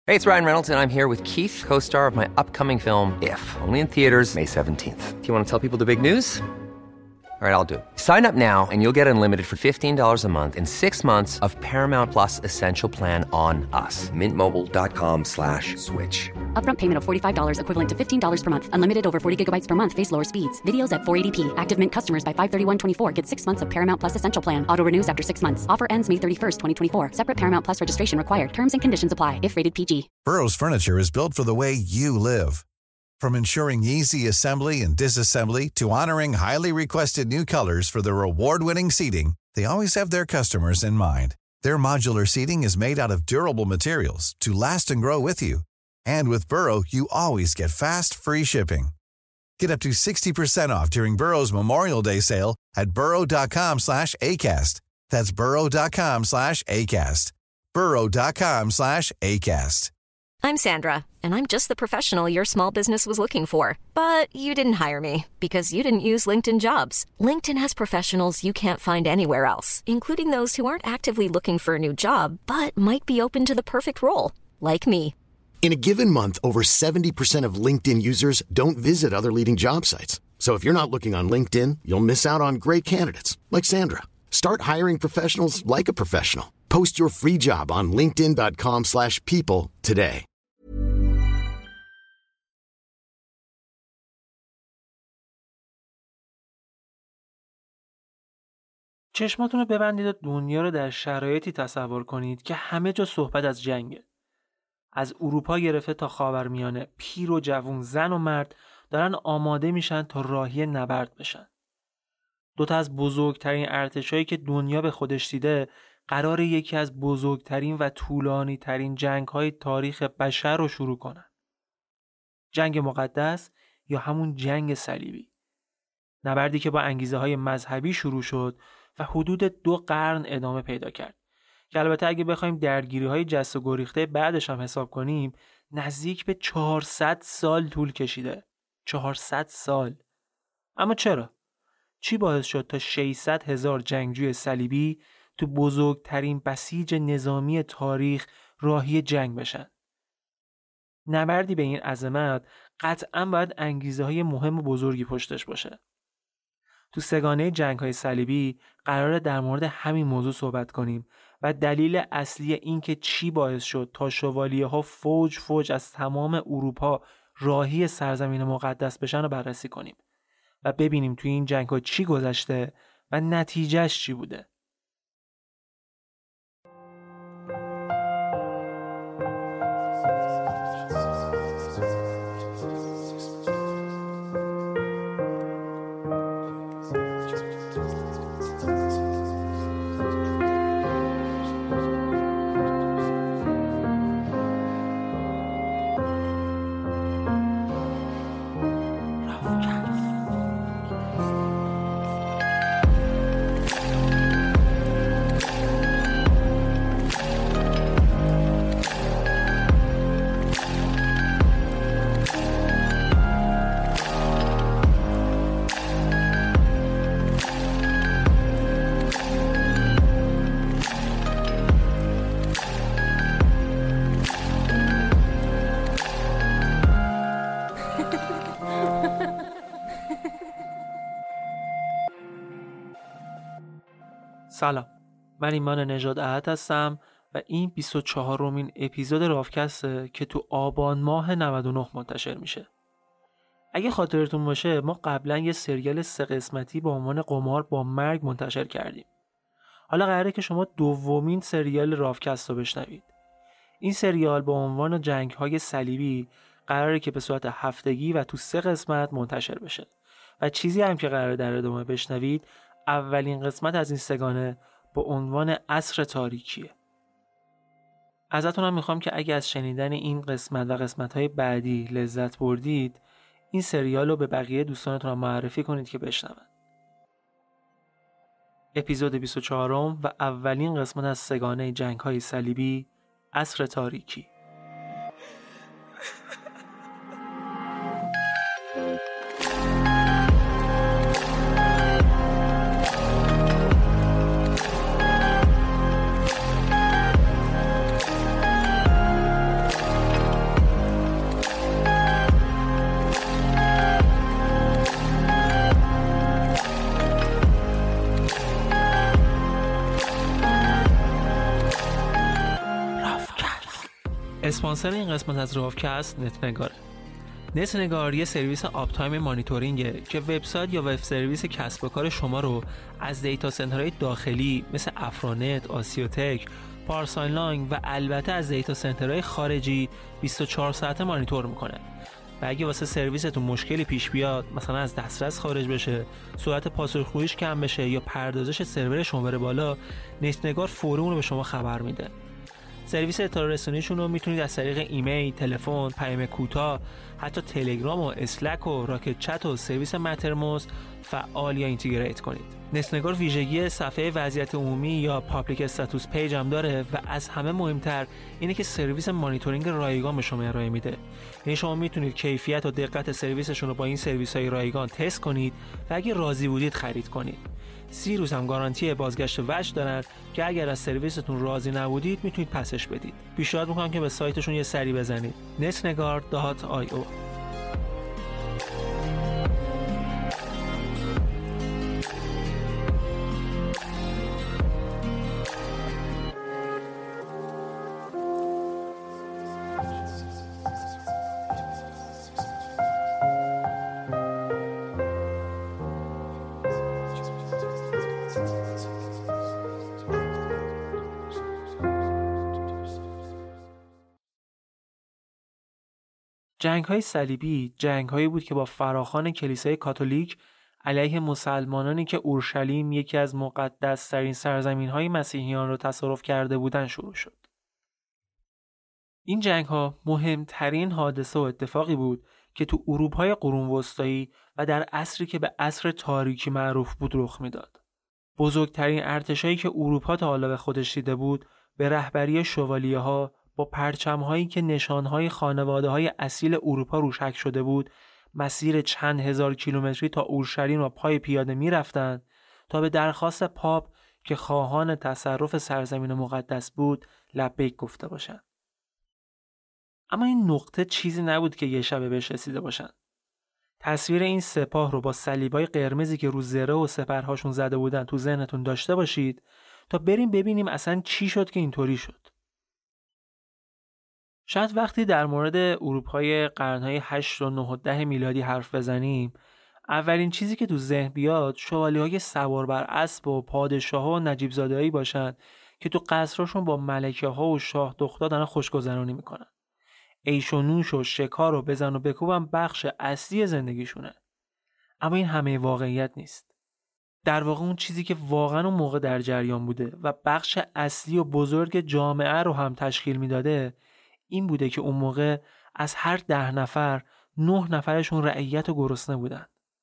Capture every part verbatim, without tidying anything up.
Hey, it's Ryan Reynolds, and I'm here with Keith, co-star of my upcoming film, If, only in theaters May seventeenth. Do you want to tell people the big news? All right, I'll do it. Sign up now and you'll get unlimited for fifteen dollars a month and six months of Paramount Plus Essential Plan on us. Mint Mobile dot com slash switch. Upfront payment of forty-five dollars equivalent to fifteen dollars per month. Unlimited over forty gigabytes per month. Face lower speeds. Videos at four eighty p. Active Mint customers by five thirty-one twenty-four get six months of Paramount Plus Essential Plan. Auto renews after six months. Offer ends May thirty-first, twenty twenty-four. Separate Paramount Plus registration required. Terms and conditions apply if rated P G. Burrow's furniture is built for the way you live. From ensuring easy assembly and disassembly to honoring highly requested new colors for their award-winning seating, they always have their customers in mind. Their modular seating is made out of durable materials to last and grow with you. And with Burrow, you always get fast, free shipping. Get up to sixty percent off during Burrow's Memorial Day sale at burrow.com slash ACAST. That's burrow.com slash ACAST. burrow.com slash ACAST. I'm Sandra, and I'm just the professional your small business was looking for. But you didn't hire me because you didn't use LinkedIn Jobs. LinkedIn has professionals you can't find anywhere else, including those who aren't actively looking for a new job, but might be open to the perfect role, like me. In a given month, over seventy percent of LinkedIn users don't visit other leading job sites. So if you're not looking on LinkedIn, you'll miss out on great candidates, like Sandra. Start hiring professionals like a professional. Post your free job on linkedin.com slash people today. چشماتون رو ببندید و دنیا رو در شرایطی تصور کنید که همه جا صحبت از جنگه. از اروپا گرفته تا خاورمیانه، پیر و جوون، زن و مرد دارن آماده میشن تا راهی نبرد بشن. دوتا از بزرگترین ارتشایی که دنیا به خودش دیده قراره یکی از بزرگترین و طولانی ترین جنگ‌های تاریخ بشر رو شروع کنن. جنگ مقدس یا همون جنگ صلیبی. نبردی که با انگیزه‌های مذهبی شروع شد و حدود دو قرن ادامه پیدا کرد. که البته اگه بخوایم درگیری‌های جست و گریخته بعدش هم حساب کنیم، نزدیک به چهارصد سال طول کشیده. چهارصد سال. اما چرا؟ چی باعث شد تا ششصد هزار جنگجوی صلیبی تو بزرگترین بسیج نظامی تاریخ راهی جنگ بشن؟ نبردی به این عظمت قطعاً باید انگیزه‌های مهم و بزرگی پشتش باشه. تو سگانه جنگ‌های صلیبی قراره در مورد همین موضوع صحبت کنیم و دلیل اصلی این که چی باعث شد تا شوالیه‌ها فوج فوج از تمام اروپا راهی سرزمین مقدس بشن رو بررسی کنیم و ببینیم توی این جنگ‌ها چی گذشته و نتیجهش چی بوده. سلام، من ایمان نژاد احد هستم و این بیست و چهارمین اپیزود رافکسته که تو آبان ماه نود و نه منتشر میشه. اگه خاطرتون باشه ما قبلا یه سریال سه قسمتی با عنوان قمار با مرگ منتشر کردیم. حالا قراره که شما دومین سریال رافکست رو بشنوید. این سریال با عنوان جنگ‌های صلیبی قراره که به صورت هفتگی و تو سه قسمت منتشر بشه و چیزی هم که قراره در ادامه بشنوید اولین قسمت از این سگانه با عنوان عصر تاریکیه. ازتون هم میخوام که اگه از شنیدن این قسمت و قسمت‌های بعدی لذت بردید این سریال رو به بقیه دوستانتون معرفی کنید که بشنون. اپیزود بیست و چهارم و اولین قسمت از سگانه جنگ‌های صلیبی، عصر تاریکی. اسپانسر این قسمت از راوکست نتنگاره. نتنگار یه سرویس آپ تایم مانیتورینگه که وبسایت یا وب سرویس کسب و کار شما رو از دیتا سنترهای داخلی مثل افرانت، آسیوتک، پارس آنلاین و البته از دیتا سنترهای خارجی بیست و چهار ساعته مانیتور میکنه. و اگه واسه سرویستون مشکلی پیش بیاد، مثلا از دسترس خارج بشه، سرعت پاسخگوییش کم بشه یا پردازش سرور شما بره بالا، نتنگار فوری اون رو به شما خبر میده. سرویس اطلاع رسانیشون رو میتونید از طریق ایمیل، تلفن، پیام کوتاه، حتی تلگرام و اسلک و راکت چت و سرویس مترموست فعال یا اینتگریت کنید. نتنگار ویژگی صفحه وضعیت عمومی یا پابلیک استاتوس پیج هم داره و از همه مهمتر اینه که سرویس مانیتورینگ رایگان به شما ارائه میده. یعنی شما میتونید کیفیت و دقت سرویسشون رو با این سرویس‌های رایگان تست کنید و اگه راضی بودید خرید کنید. سی روز هم گارانتی بازگشت وجه دارن که اگر از سرویستون راضی نبودید میتونید پسش بدید. پیشنهاد میکنم که به سایتشون یه سری بزنید. نتنگار دات آی او. جنگ‌های صلیبی جنگ‌هایی بود که با فراخوان کلیسای کاتولیک علیه مسلمانانی که اورشلیم یکی از مقدس‌ترین سرزمین‌های مسیحیان را تصرف کرده بودند شروع شد. این جنگ‌ها مهمترین حادثه و اتفاقی بود که تو اروپای قرون وسطایی و در عصری که به عصر تاریکی معروف بود رخ میداد. بزرگترین ارتشایی که اروپا تا حالا به خودش دیده بود به رهبری شوالیه‌ها با پرچم‌هایی که نشان‌های خانواده‌های اصیل اروپا روش حک شده بود، مسیر چند هزار کیلومتری تا اورشلیم را پای پیاده می‌رفتند تا به درخواست پاپ که خواهان تصرف سرزمین مقدس بود لبیک گفته باشند. اما این نقطه چیزی نبود که یه شبه بهش رسیده باشند. تصویر این سپاه رو با صلیبای قرمزی که رو زره و سپرهاشون زده بودن تو ذهنتون داشته باشید تا بریم ببینیم اصلا چی شد که اینطوری شد. شاید وقتی در مورد اروپای قرن‌های هشت و نه و ده میلادی حرف بزنیم، اولین چیزی که تو ذهن بیاد شوالیه‌های سوار بر اسب و پادشاه‌ها و نجیب زاده‌ای باشن که تو قصرشون با ملکه‌ها و شاه دخترها دارن خوشگذرانی میکنن. عیش و نوش و شکار و بزن و بکوبم بخش اصلی زندگیشونه. اما این همه واقعیت نیست. در واقع اون چیزی که واقعا اون موقع در جریان بوده و بخش اصلی و بزرگ جامعه رو هم تشکیل میداده این بوده که اون موقع از هر ده نفر نه نفرشون رعیت و گرسنه بودن.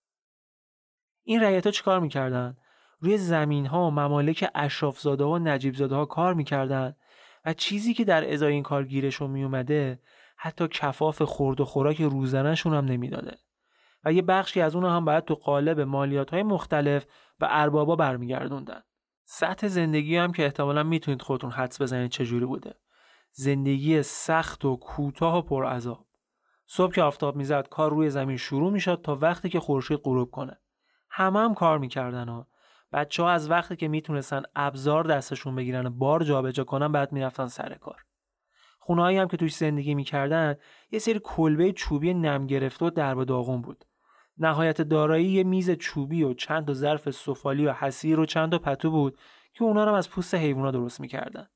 این رعیت ها چی کار میکردن؟ روی زمین ها و ممالک اشرافزاده ها و نجیب زاده ها کار میکردن و چیزی که در ازای این کار گیرشون میومده حتی کفاف خورد و خوراک روزانه‌شون هم نمیداده و یه بخشی از اونها هم باید تو قالب مالیات های مختلف به اربابا برمیگردوندن. سطح زندگی هم که احتمالاً میتونید خودتون حدس بزنید چجوری بوده. زندگی سخت و کوتاه و پرعذاب. صبح که آفتاب میزد کار روی زمین شروع میشد تا وقتی که خورشید غروب کنه. همه هم کار میکردن ها. بچه‌ها از وقتی که میتونستن ابزار دستشون بگیرن بار جابجا کنن بعد میرفتن سر کار. خونه‌هایی هم که توش زندگی میکردن یه سری کلبه چوبی نم گرفته و درب داغون بود. نهایت دارایی یه میز چوبی و چند تا ظرف سفالی و حصیر و چند تا پتو بود که اونا رو از پوست حیونا درست میکردن.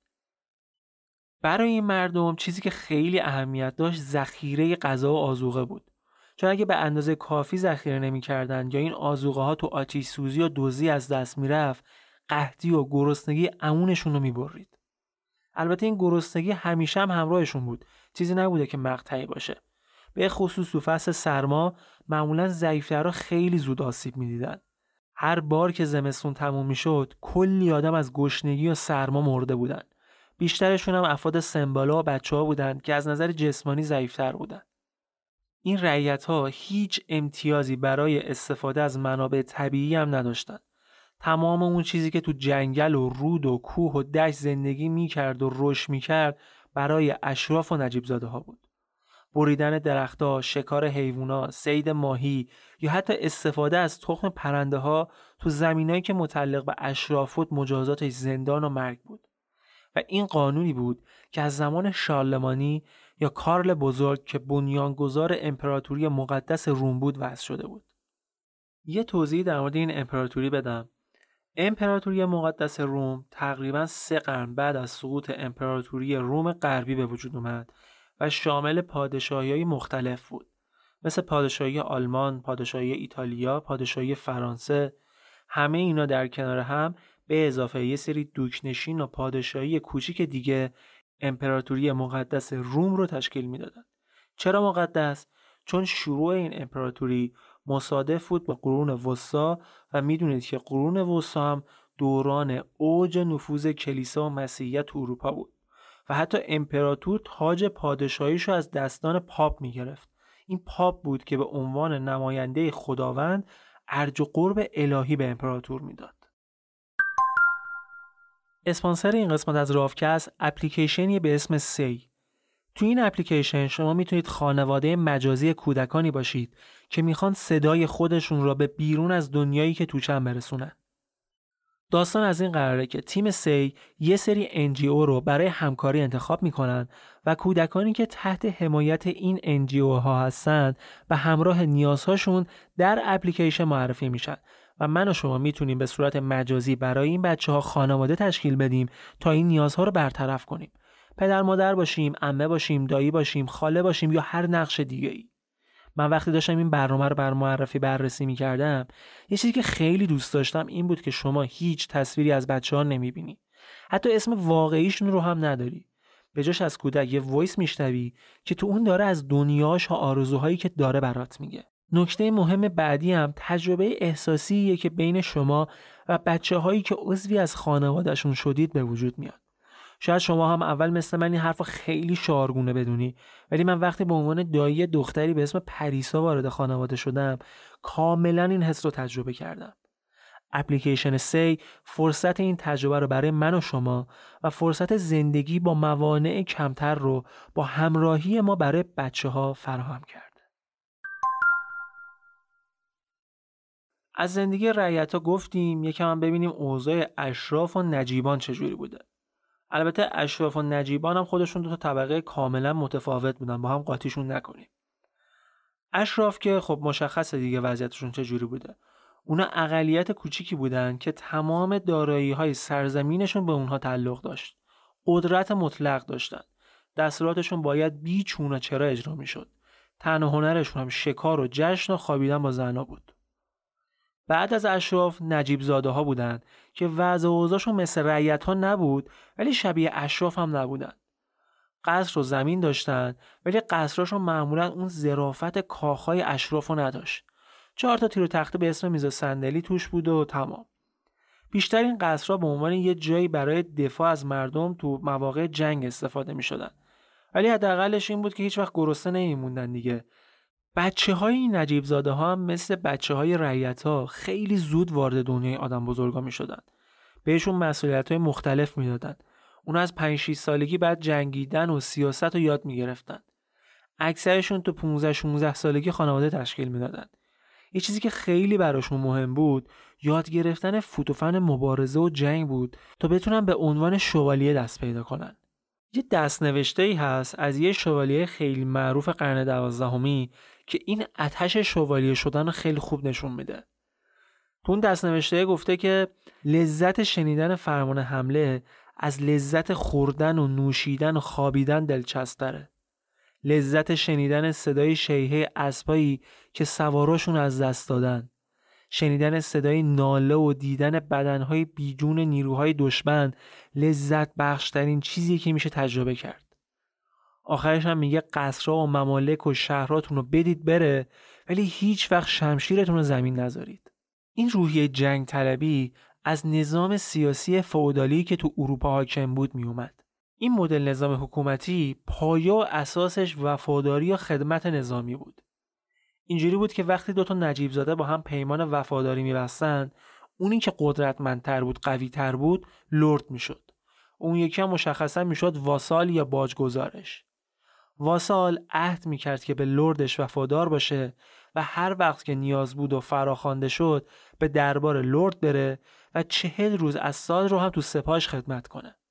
برای این مردم چیزی که خیلی اهمیت داشت ذخیره غذا و آذوقه بود. چون اگه به اندازه کافی ذخیره نمی‌کردن یا این آذوقه ها تو آتش سوزی و دزدی از دست میرفت، قحطی و گرسنگی امونشون رو میبرید. البته این گرسنگی همیشه هم همراهشون بود. چیزی نبوده که مقطعی باشه. به خصوص تو فصل سرما معمولاً ضعیف‌ترا خیلی زود آسیب می‌دیدن. هر بار که زمستون تموم می‌شد، کلی آدم از گشنگی و سرما مرده بودن. بیشترشون هم افراد سمبالا و بچه‌ها بودند که از نظر جسمانی ضعیف‌تر بودند. این رعیت‌ها هیچ امتیازی برای استفاده از منابع طبیعی هم نداشتند. تمام اون چیزی که تو جنگل و رود و کوه و دشت زندگی می‌کرد و رشد می‌کرد برای اشراف و نجیب زاده‌ها بود. بریدن درخت‌ها، شکار حیوانات، صید ماهی یا حتی استفاده از تخم پرنده‌ها تو زمینایی که متعلق به اشراف بود مجازاتش زندان و مرگ بود. و این قانونی بود که از زمان شارلمانی یا کارل بزرگ که بنیانگذار امپراتوری مقدس روم بود وضع شده بود. یه توضیح در مورد این امپراتوری بدم. امپراتوری مقدس روم تقریباً سه قرن بعد از سقوط امپراتوری روم غربی به وجود اومد و شامل پادشاهی‌های مختلف بود، مثل پادشاهی آلمان، پادشاهی ایتالیا، پادشاهی فرانسه. همه اینا در کنار هم به اضافه یه سری دوکنشین و پادشاهی کوچیک دیگه امپراتوری مقدس روم رو تشکیل میدادن. چرا مقدس؟ چون شروع این امپراتوری مصادف بود با قرون وسطی و میدونید که قرون وسطی هم دوران اوج نفوذ کلیسا و مسیحیت تو اروپا بود و حتی امپراتور تاج پادشاهیش رو از دستان پاپ میگرفت. این پاپ بود که به عنوان نماینده خداوند ارج و قرب الهی به امپراتور میداد. اسپانسر این قسمت از راوکست اپلیکیشنی به اسم سی. تو این اپلیکیشن شما میتونید خانواده مجازی کودکانی باشید که میخوان صدای خودشون را به بیرون از دنیایی که توشن برسونن. داستان از این قراره که تیم سی یه سری ان جی او رو برای همکاری انتخاب میکنن و کودکانی که تحت حمایت این ان جی او ها هستن به همراه نیازهاشون در اپلیکیشن معرفی میشن و من و شما میتونیم به صورت مجازی برای این بچه ها خانواده تشکیل بدیم تا این نیازها رو برطرف کنیم. پدر مادر باشیم، عمه باشیم، دایی باشیم، خاله باشیم یا هر نقش دیگه ای. من وقتی داشتم این برنامه رو بر معرفی بررسی می‌کردم، یه چیزی که خیلی دوست داشتم این بود که شما هیچ تصویری از بچه‌ها نمی‌بینی. حتی اسم واقعیشون رو هم نداری. به جاش از کودک یه وایس میشنوی که تو اون داره از دنیاش و آرزوهایی که داره برات میگه. نکته مهم بعدی هم تجربه احساسیه که بین شما و بچه‌هایی که عضوی از خانواده‌شون شدید به وجود میاد. شاید شما هم اول مثل من این حرفا خیلی شعارگونه بدونی، ولی من وقتی به عنوان دایی دختری به اسم پریسا وارد خانواده شدم کاملا این حس رو تجربه کردم. اپلیکیشن سی فرصت این تجربه رو برای من و شما و فرصت زندگی با موانع کمتر رو با همراهی ما برای بچه ها فراهم کرد. از زندگی رعیتا گفتیم، یکم هم ببینیم اوضاع اشراف و نجیبان چجوری بوده. البته اشراف و نجیبان هم خودشون دو تا طبقه کاملا متفاوت بودن، با هم قاطیشون نکنیم. اشراف که خب مشخصه دیگه وضعیتشون چجوری بوده. اونا اقلیت کوچیکی بودن که تمام دارایی‌های سرزمینشون به اونها تعلق داشت. قدرت مطلق داشتن. دستوراتشون باید بی چون و چرا اجرا میشد. تنها هنرشون هم شکار و جشن و خوابیدن با زنا بود. بعد از اشراف نجیب زاده ها بودن که وضع و اوضاعشون مثل رعیت ها نبود، ولی شبیه اشراف هم نبودن. قصر و زمین داشتن، ولی قصراشون معمولا اون ظرافت کاخهای اشراف رو نداشت. چهار تا تیر و تخته به اسم میز و صندلی توش بود و تمام. بیشتر این قصرها به عنوان یه جایی برای دفاع از مردم تو مواقع جنگ استفاده می شدن. ولی حداقلش این بود که هیچ وقت گرسنه نمیموندن دیگه. بچه های این نجیب زاده ها هم مثل بچه های رعیت ها خیلی زود وارد دنیای آدم بزرگا می شدن. بهشون مسئولیت های مختلف می دادن. اونا از پنج شش سالگی بعد جنگیدن و سیاست رو یاد می گرفتن. اکثرشون تو پانزده شانزده سالگی خانواده تشکیل می دادن. یه چیزی که خیلی براشون مهم بود یاد گرفتن فوت و فن مبارزه و جنگ بود تا بتونن به عنوان شوالیه دست پیدا کنن. یه دست‌نوشته‌ای هست از یه شوالیه خیلی معروف قرن دوازدهمی که این آتش شوالیه شدن رو خیلی خوب نشون میده. تو اون دست‌نوشته گفته که لذت شنیدن فرمان حمله از لذت خوردن و نوشیدن و خوابیدن دلچسب‌تره. لذت شنیدن صدای شیهه اسبایی که سواراشون از دست دادن. شنیدن صدای ناله و دیدن بدنهای بیجون نیروهای دشمن لذت بخشترین چیزی که میشه تجربه کرد. آخرش هم میگه قصرها و ممالک و شهراتون رو بدید بره، ولی هیچ وقت شمشیرتون رو زمین نذارید. این روحیه جنگ طلبی از نظام سیاسی فئودالی که تو اروپا حاکم بود میومد. این مدل نظام حکومتی پایه و اساسش وفاداری و خدمت نظامی بود. اینجوری بود که وقتی دو تا نجیب زاده با هم پیمان وفاداری می‌بستن، اونی که قدرتمندتر بود، قوی‌تر بود، لرد میشد. اون یکی هم مشخصا میشد واسال یا باجگزارش. واسال عهد میکرد که به لردش وفادار باشه و هر وقت که نیاز بود و فراخوانده شد به دربار لرد بره و چهل روز از سال رو هم تو سپاهش خدمت کنه.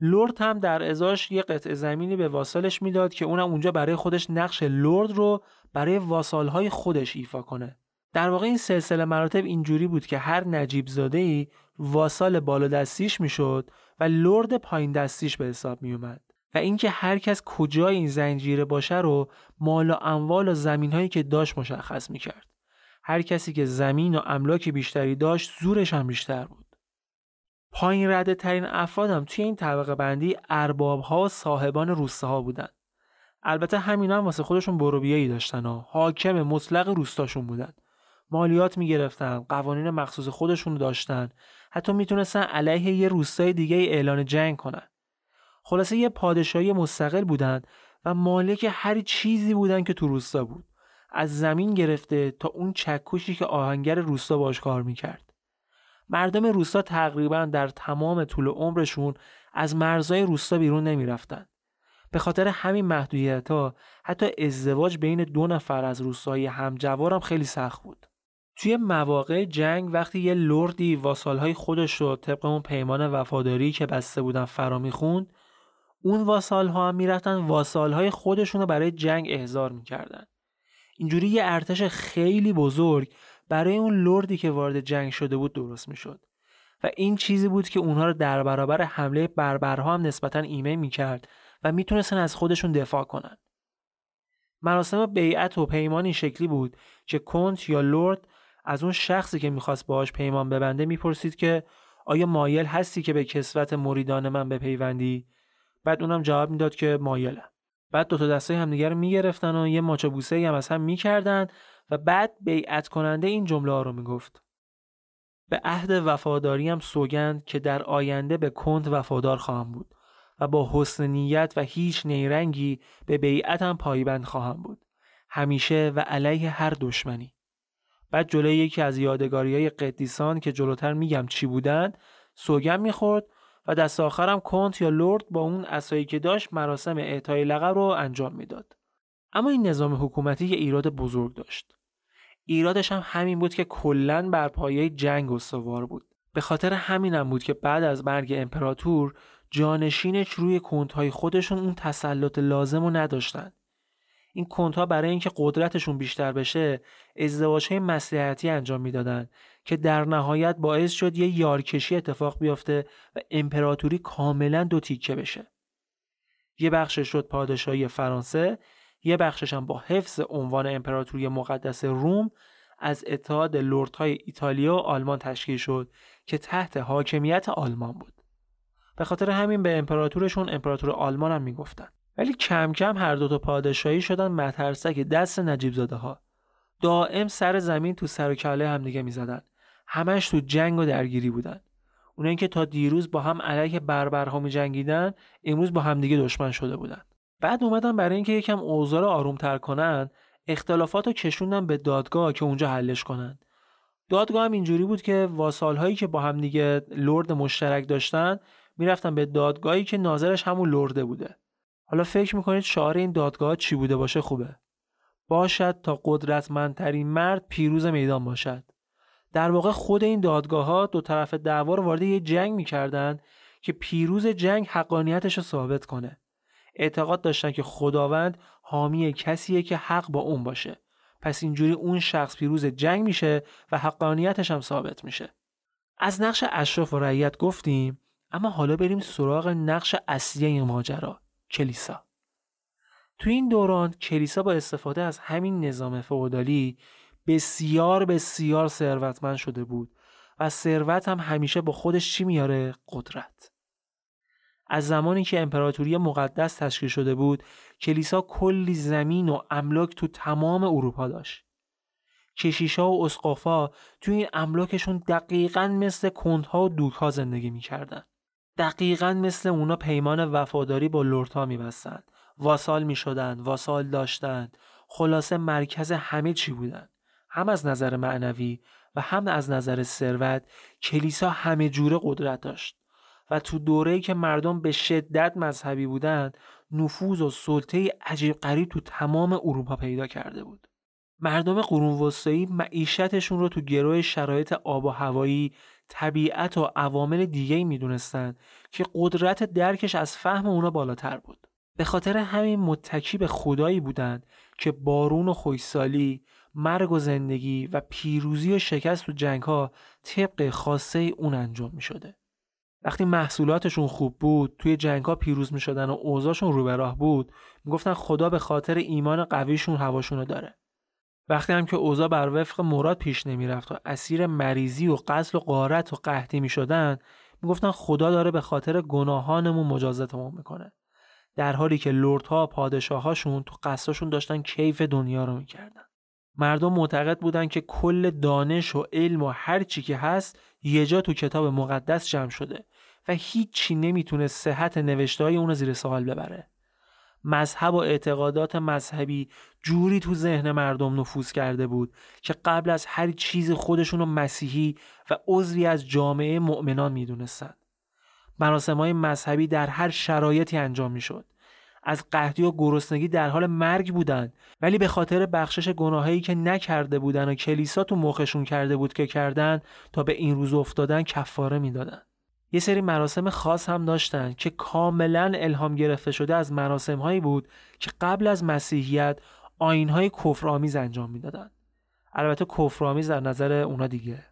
لرد هم در ازاش یه قطعه زمینی به واسالش میداد که اونم اونجا برای خودش نقش لرد رو برای واسالهای خودش ایفا کنه. در واقع این سلسله مراتب اینجوری بود که هر نجیب زاده‌ای واسال بالا دستیش میشد و لرد پایین دستیش به حساب می اومد و اینکه هر کس کجای این زنجیره باشه رو مال و اموال و زمین‌هایی که داشت مشخص می‌کرد. هر کسی که زمین و املاک بیشتری داشت زورش هم بیشتر بود. پایین رده ترین افرادم توی این طبقه بندی ارباب‌ها و صاحبان روستاها بودن. البته همینا هم واسه خودشون بروبیایی داشتن ها. حاکم مطلق روستاشون بودن. مالیات می‌گرفتن، قوانین مخصوص خودشون داشتن. حتی میتونستن علیه یه روستای دیگه اعلان جنگ کنن. خلاصه یه پادشاهی مستقل بودن و مالک هر چیزی بودن که تو روستا بود. از زمین گرفته تا اون چکشی که آهنگر روستا باش کار میکرد. مردم روستا تقریبا در تمام طول عمرشون از مرزهای روستا بیرون نمیرفتن. به خاطر همین محدودیت‌ها حتی ازدواج بین دو نفر از روستاهای همجوار هم خیلی سخت بود. توی مواقع جنگ وقتی یه لردی واسالهای خودش رو طبق اون پیمان وفاداری که بسته بودن فرا میخوند، اون واسالها هم میرفتن واسالهای خودشون رو برای جنگ احضار میکردن. اینجوری یه ارتش خیلی بزرگ برای اون لردی که وارد جنگ شده بود درست میشد و این چیزی بود که اونها رو در برابر حمله بربرها هم نسبتاً ایمن میکرد و میتونستن از خودشون دفاع کنن. مراسم بیعت و پیمان این شکلی بود که کنت یا لرد از اون شخصی که میخواست باهاش پیمان ببنده میپرسید که آیا مایل هستی که به کسوت مریدان من بپیوندی؟ بعد اونم جواب میداد که مایلم. بعد دو تا دستای همدیگه رو میگرفتن و یه ماچو بوسه‌ای هم از هم میکردن و بعد بیعت کننده این جمله ها رو میگفت: به عهد وفاداری هم سوگند که در آینده به کنت وفادار خواهم بود و با حسن نیت و هیچ نیرنگی به بیعتم پایبند خواهم بود، همیشه و علیه هر دشمنی. بعد جلوی یکی از یادگاری‌های قدیسان که جلوتر میگم چی بودن سوگند میخورد و دست آخرم کنت یا لرد با اون عصایی که داشت مراسم اعطای لقب رو انجام میداد. اما این نظام حکومتی یه ایراد بزرگ داشت. ایرادش هم همین بود که کلاً بر پایه جنگ استوار بود. به خاطر همینم بود که بعد از مرگ امپراتور جانشینش روی کنت‌های خودشون اون تسلط لازم رو نداشتن. این کنت‌ها برای اینکه قدرتشون بیشتر بشه ازدواج‌های مصلحتی انجام میدادن که در نهایت باعث شد یه یارکشی اتفاق بیفته و امپراتوری کاملا دو تیکه بشه. یه بخشش شد پادشاهی فرانسه، یه بخشش هم با حفظ عنوان امپراتوری مقدس روم از اتحاد لردهای ایتالیا و آلمان تشکیل شد که تحت حاکمیت آلمان بود. به خاطر همین به امپراتورشون امپراتور آلمان هم میگفتن. ولی کم کم هر دو تا پادشاهی شدن مترسک دست نجیب زاده ها. دائم سر زمین تو سر و کله هم دیگه میزدن. همش تو جنگ و درگیری بودن. اونایی که تا دیروز با هم علیه بربرها می‌جنگیدن، امروز با هم دیگه دشمن شده بودن. بعد اومدن برای اینکه یکم اوضاع رو آروم‌تر کنن، اختلافاتو کشوندن به دادگاه که اونجا حلش کنن. دادگاه هم اینجوری بود که واسال‌هایی که با هم دیگه لرد مشترک داشتن، میرفتن به دادگاهی که ناظرش همون لرده بوده. حالا فکر میکنید شعار این دادگاه چی بوده باشه خوبه؟ باشد تا قدرتمندترین مرد پیروز میدان باشد. در واقع خود این دادگاه ها دو طرف دعوا رو وارد یه جنگ میکردن که پیروز جنگ حقانیتش رو ثابت کنه. اعتقاد داشتن که خداوند حامی کسیه که حق با اون باشه. پس اینجوری اون شخص پیروز جنگ میشه و حقانیتش هم ثابت میشه. از نقش اشراف و رعیت گفتیم، اما حالا بریم سراغ نقش اصلی این ماجرا، کلیسا. تو این دوران کلیسا با استفاده از همین نظام فئودالی بسیار بسیار ثروتمند شده بود و ثروت هم همیشه با خودش چی میاره؟ قدرت. از زمانی که امپراتوری مقدس تشکیل شده بود، کلیسا کلی زمین و املاک تو تمام اروپا داشت. کشیشا و اسقفا تو این املاکشون دقیقاً مثل کنت‌ها و دوک‌ها زندگی می‌کردن. دقیقاً مثل اونا پیمان وفاداری با لردها می‌بستن، واسال می‌شدن، واسال داشتن، خلاصه مرکز همه چی بودن. هم از نظر معنوی و هم از نظر ثروت کلیسا همه جوره قدرت داشت و تو دوره‌ای که مردم به شدت مذهبی بودن نفوذ و سلطه عجیب غریب تو تمام اروپا پیدا کرده بود. مردم قرون وسطایی معیشتشون رو تو گروه شرایط آب و هوایی، طبیعت و عوامل دیگه‌ای میدونستن که قدرت درکش از فهم اونا بالاتر بود. به خاطر همین متکی به خدایی بودن که بارون و خشکسالی، مرگ و زندگی و پیروزی و شکست تو جنگ‌ها طبق خواسته اون انجام می‌شده. وقتی محصولاتشون خوب بود، توی جنگ‌ها پیروز می‌شدن و اوضاعشون رو به راه بود، میگفتن خدا به خاطر ایمان قویشون هواشونو داره. وقتی هم که اوضاع بر وفق مراد پیش نمیرفت و اسیر مریضی و قتل و غارت و قحطی میشدن، میگفتن خدا داره به خاطر گناهانمون مجازاتمون میکنه. در حالی که لردها و پادشاهاشون تو قصرشون داشتن کیف دنیا رو میکردن. مردم معتقد بودن که کل دانش و علم و هر چی که هست یه جا تو کتاب مقدس جمع شده و هیچی نمیتونه صحت نوشته‌های اون رو زیر سوال ببره. مذهب و اعتقادات مذهبی جوری تو ذهن مردم نفوذ کرده بود که قبل از هر چیز خودشون رو مسیحی و عضوی از جامعه مؤمنان میدونستن. مراسم‌های مذهبی در هر شرایطی انجام میشد. از قحطی و گرسنگی در حال مرگ بودن، ولی به خاطر بخشش گناهایی که نکرده بودن و کلیسا تو مخشون کرده بود که کردن تا به این روز افتادن کفاره میدادن. یه سری مراسم خاص هم داشتن که کاملا الهام گرفته شده از مراسم‌هایی بود که قبل از مسیحیت آیین‌های کفرآمیز انجام میدادن. البته کفرآمیز در نظر اونا دیگه.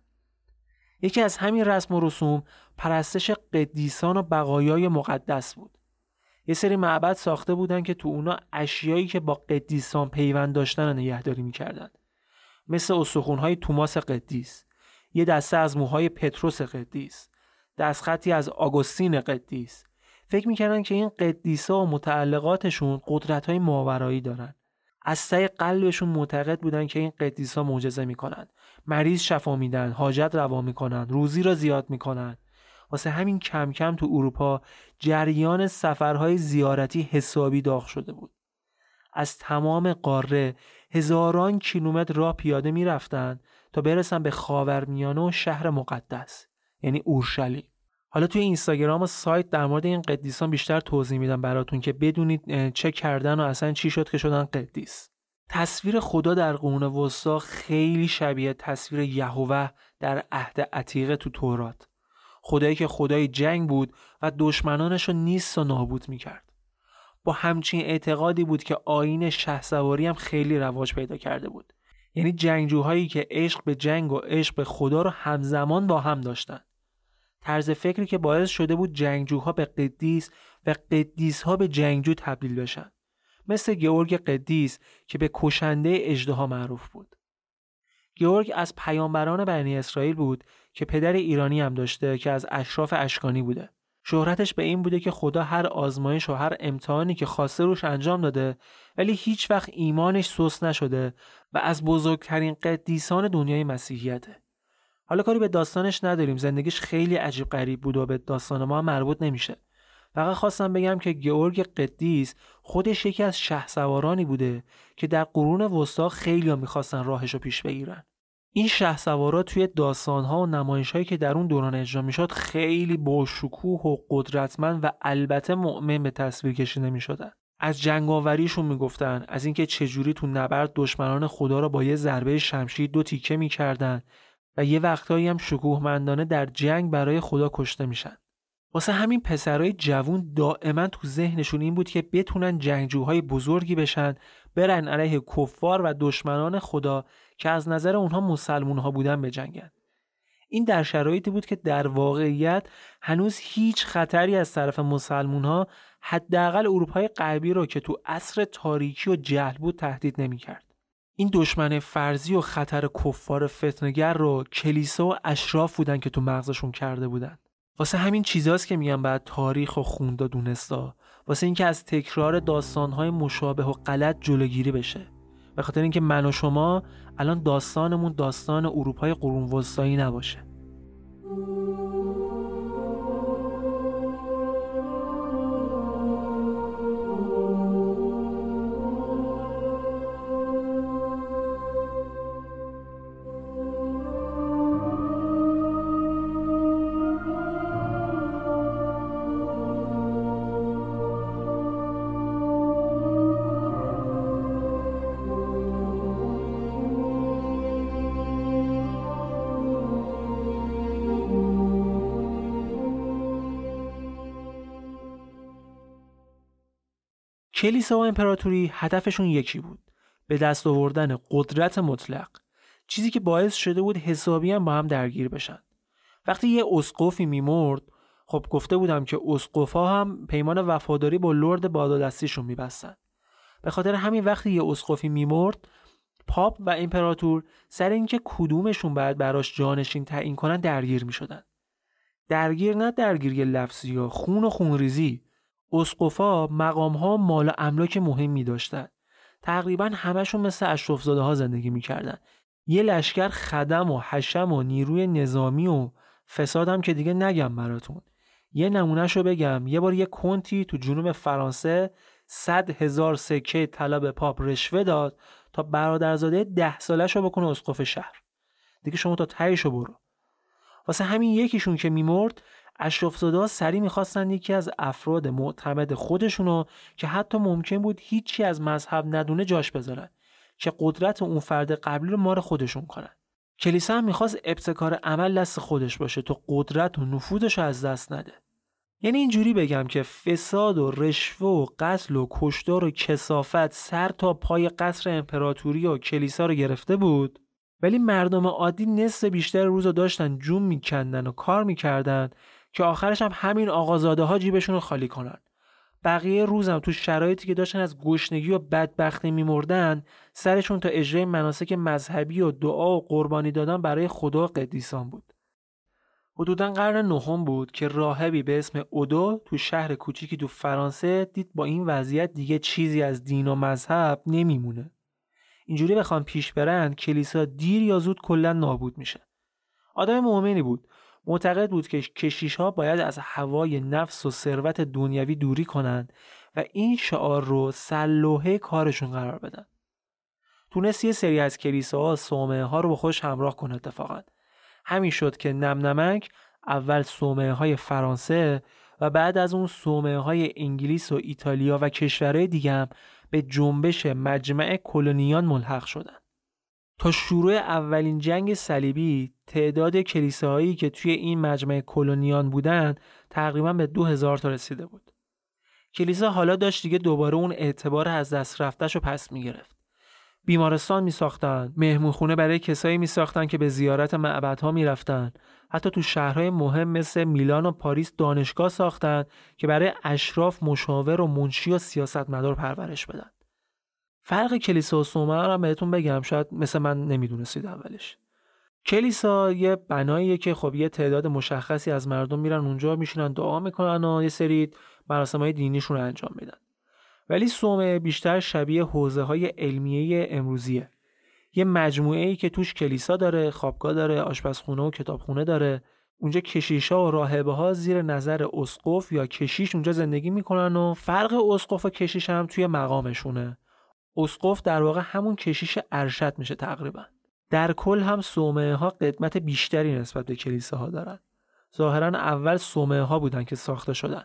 یکی از همین رسم و رسوم پرستش قدیسان و بقایای مقدس بود. یه سری معبد ساخته بودن که تو اونا اشیایی که با قدیسان پیوند داشتن نگهداری میکردن، مثل استخوان‌های توماس قدیس، یه دسته از موهای پتروس قدیس، دستخطی از آگوستین قدیس. فکر میکردن که این قدیسا و متعلقاتشون قدرت‌های ماورایی دارن. از ته قلبشون معتقد بودن که این قدیسا معجزه میکنن، مریض شفا میدن، حاجت روا میکنن، روزی را زیاد میکنن. واسه همین کم کم تو اروپا جریان سفرهای زیارتی حسابی داغ شده بود. از تمام قاره هزاران کیلومتر راه پیاده میرفتن تا برسن به خاورمیانه و شهر مقدس، یعنی اورشلیم. حالا توی اینستاگرام و سایت در مورد این قدیسان بیشتر توضیح میدم براتون که بدونید چه کردن و اصلا چی شد که شدن قدیس. تصویر خدا در قرون وسطا خیلی شبیه تصویر یهوه در عهد عتیق تو تورات. خدایی که خدای جنگ بود و دشمنانش رو نیست و نابود میکرد. با همچین اعتقادی بود که آیین شهسواری هم خیلی رواج پیدا کرده بود. یعنی جنگجوهایی که عشق به جنگ و عشق به خدا رو همزمان با هم داشتن. طرز فکری که باعث شده بود جنگجوها به قدیس و قدیسها به جنگجو تبدیل بشن. مثل گیورگ قدیس که به کشنده اژدها معروف بود. گیورگ از پیامبران بنی اسرائیل بود که پدر ایرانی هم داشته که از اشراف اشکانی بوده. شهرتش به این بوده که خدا هر آزمایش و هر امتحانی که خواسته روش انجام داده، ولی هیچ وقت ایمانش سست نشده و از بزرگترین قدیسان دنیای مسیحیته. حالا کاری به داستانش نداریم، زندگیش خیلی عجیب غریب بود و به داستان ما مربوط نمیشه. فقط خواستم بگم که گیورگ قدیس خودش یکی از شهسوارانی بوده که در قرون وسطا خیلی‌ها می‌خواستن راهشو پیش بگیرن. این شهسوارا توی داستان‌ها و نمایش‌هایی که در اون دوران اجرا می‌شد خیلی با شکوه و قدرتمند و البته مؤمن به تصویر کشیده می‌شدن. از جنگاوریشون میگفتن، از اینکه چجوری تو نبرد دشمنان خدا رو با یه ضربه شمشیر دو تیکه می‌کردن و یه وقتایی هم شکوهمندانه در جنگ برای خدا کشته میشن. واسه همین پسرای جوون دائما تو ذهنشون این بود که بتونن جنگجوهای بزرگی بشن، برن علیه کفار و دشمنان خدا که از نظر اونها مسلمونها بودن بجنگن. این در شرایطی بود که در واقعیت هنوز هیچ خطری از طرف مسلمونها حداقل اروپای غربی رو که تو عصر تاریکی و جهل بود تهدید نمی‌کرد. این دشمن فرضی و خطر کفار فتنه‌گر رو کلیسا و اشراف بودن که تو مغزشون کرده بودن. واسه همین چیزاست که میگم بعد تاریخ و خوندا دونستا، واسه اینکه از تکرار داستان‌های مشابه و غلط جلوگیری بشه. به خاطر اینکه من و شما الان داستانمون داستان اروپای قرون وسطایی نباشه. کلیسا و امپراتوری هدفشون یکی بود، به دست آوردن قدرت مطلق، چیزی که باعث شده بود حسابی هم با هم درگیر بشن. وقتی یه اسقفی میمرد، خب گفته بودم که اسقفا هم پیمان وفاداری با لرد بالادستیشون میبستن. به خاطر همین وقتی یه اسقفی میمرد، پاپ و امپراتور سر اینکه کدومشون باید براش جانشین تعیین کنن درگیر میشدن. درگیر نه درگیری لفظی یا خون و خونریزی. اسقفا مقام‌ها مال و املاک مهمی داشتن. تقریبا همشون مثل اشراف‌زاده ها زندگی میکردن. یه لشکر خدم و حشم و نیروی نظامی و فسادم که دیگه نگم براتون. یه نمونهشو بگم، یه بار یه کنتی تو جنوب فرانسه صد هزار سکه طلا به پاپ رشوه داد تا برادرزاده ده سالشو بکنه اسقف شهر. دیگه شما تا تهیشو برو. واسه همین یکیشون که میمرد، اشراف‌زاده‌ها سری میخواستن یکی از افراد معتمد خودشونو که حتی ممکن بود هیچی از مذهب ندونه جاش بذارن که قدرت اون فرد قبلی رو مار خودشون کنن. کلیسا هم میخواست ابتکار عمل دست خودش باشه تا قدرت و نفوذش رو از دست نده. یعنی اینجوری بگم که فساد و رشوه و قتل و کشتار و کثافت سر تا پای قصر امپراتوری و کلیسا رو گرفته بود، ولی مردم عادی نصف بیشتر روز رو داشتن جون میکندن و کار میکردن که آخرش هم همین آقازاده ها جیبشون رو خالی کنن. بقیه روزم تو شرایطی که داشتن از گشنگی و بدبختی میمردن، سرشون تا اجرای مناسک مذهبی و دعا و قربانی دادن برای خدا و قدیسان بود. حدوداً قرن نهم بود که راهبی به اسم اودو تو شهر کوچیکی تو فرانسه دید با این وضعیت دیگه چیزی از دین و مذهب نمیمونه. اینجوری بخوان پیش برن، کلیسا دیر یا زود کلا نابود میشه. آدم مؤمنی بود. معتقد بود که کشیش‌ها باید از هوای نفس و ثروت دنیوی دوری کنند و این شعار رو سلوحه کارشون قرار بدن. تونست یه سری از کلیساها صومعه ها رو با خودش همراه کنه. اتفاقا همین شد که نم نمک اول صومعه های فرانسه و بعد از اون صومعه های انگلیس و ایتالیا و کشورهای دیگه هم به جنبش مجمع کلونیان ملحق شدن. تا شروع اولین جنگ صلیبی تعداد کلیساهایی که توی این مجمع کلونیان بودن تقریبا به دو هزار تا رسیده بود. کلیسا حالا داشت دیگه دوباره اون اعتبار از دست رفتش رو پس میگرفت. بیمارستان می ساختن، مهمونخونه برای کسایی می ساختن که به زیارت معبدها می رفتن. حتی تو شهرهای مهم مثل میلان و پاریس دانشگاه ساختن که برای اشراف مشاور و منشی و سیاستمدار پرورش بدن. فرق کلیسا و صومعه رو بهتون بگم، شاید مثل من نمیدونستید اولش. کلیسا یه بناییه که خب یه تعداد مشخصی از مردم میرن اونجا میشینن دعا میکنن و یه سری مراسم‌های دینیشون رو انجام میدن. ولی صومعه بیشتر شبیه حوزه‌های علمیه امروزیه. یه مجموعه‌ای که توش کلیسا داره، خوابگاه داره، آشپزخونه و کتابخونه داره. اونجا کشیشا و راهبه‌ها زیر نظر اسقف یا کشیش اونجا زندگی میکنن و فرق اسقف و کشیش هم توی مقامشونه. اسقف در واقع همون کشیش ارشد میشه تقریبا. در کل هم صومعه ها قدمت بیشتری نسبت به کلیساها دارن. ظاهرا اول صومعه ها بودن که ساخته شدن.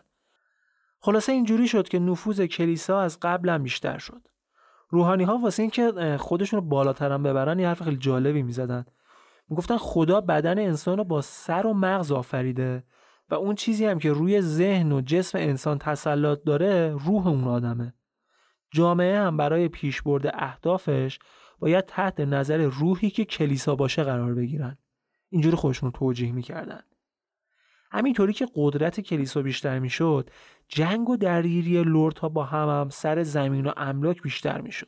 خلاصه اینجوری شد که نفوذ کلیسا از قبل هم بیشتر شد. روحانی ها واسه این که خودشون رو بالاتر هم ببرن یه حرف خیلی جالبی میزدن. میگفتن خدا بدن انسان رو با سر و مغز آفریده و اون چیزی هم که روی ذهن و جسم انسان تسلط داره روح اون آدمه. جامعه هم برای پیشبرد اهدافش باید تحت نظر روحی که کلیسا باشه قرار بگیرن. اینجوری خودشون رو توجیه میکردن. همینطوری که قدرت کلیسا بیشتر میشد، جنگ و درگیری لردها با هم هم سر زمین و املاک بیشتر میشد.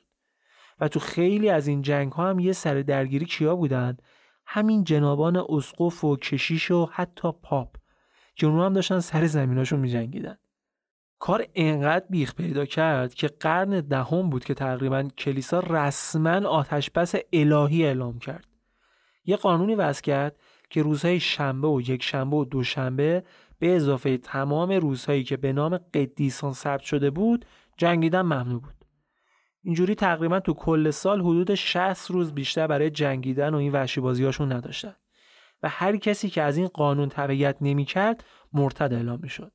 و تو خیلی از این جنگ ها هم یه سر درگیری کیا بودن؟ همین جنابان اسقف و کشیش و حتی پاپ که اونها هم داشتن سر زمیناشون میجنگیدن. کار انقدر بیخ پیدا کرد که قرن دهم بود که تقریبا کلیسا رسما آتشبس الهی اعلام کرد. یه قانونی وضع کرد که روزهای شنبه و یک شنبه و دوشنبه به اضافه تمام روزهایی که به نام قدیسان ثبت شده بود جنگیدن ممنوع بود. اینجوری تقریبا تو کل سال حدود شصت روز بیشتر برای جنگیدن و این وحشیبازیاشون نداشتن و هر کسی که از این قانون تبعیت نمی‌کرد مرتد اعلام می‌شد.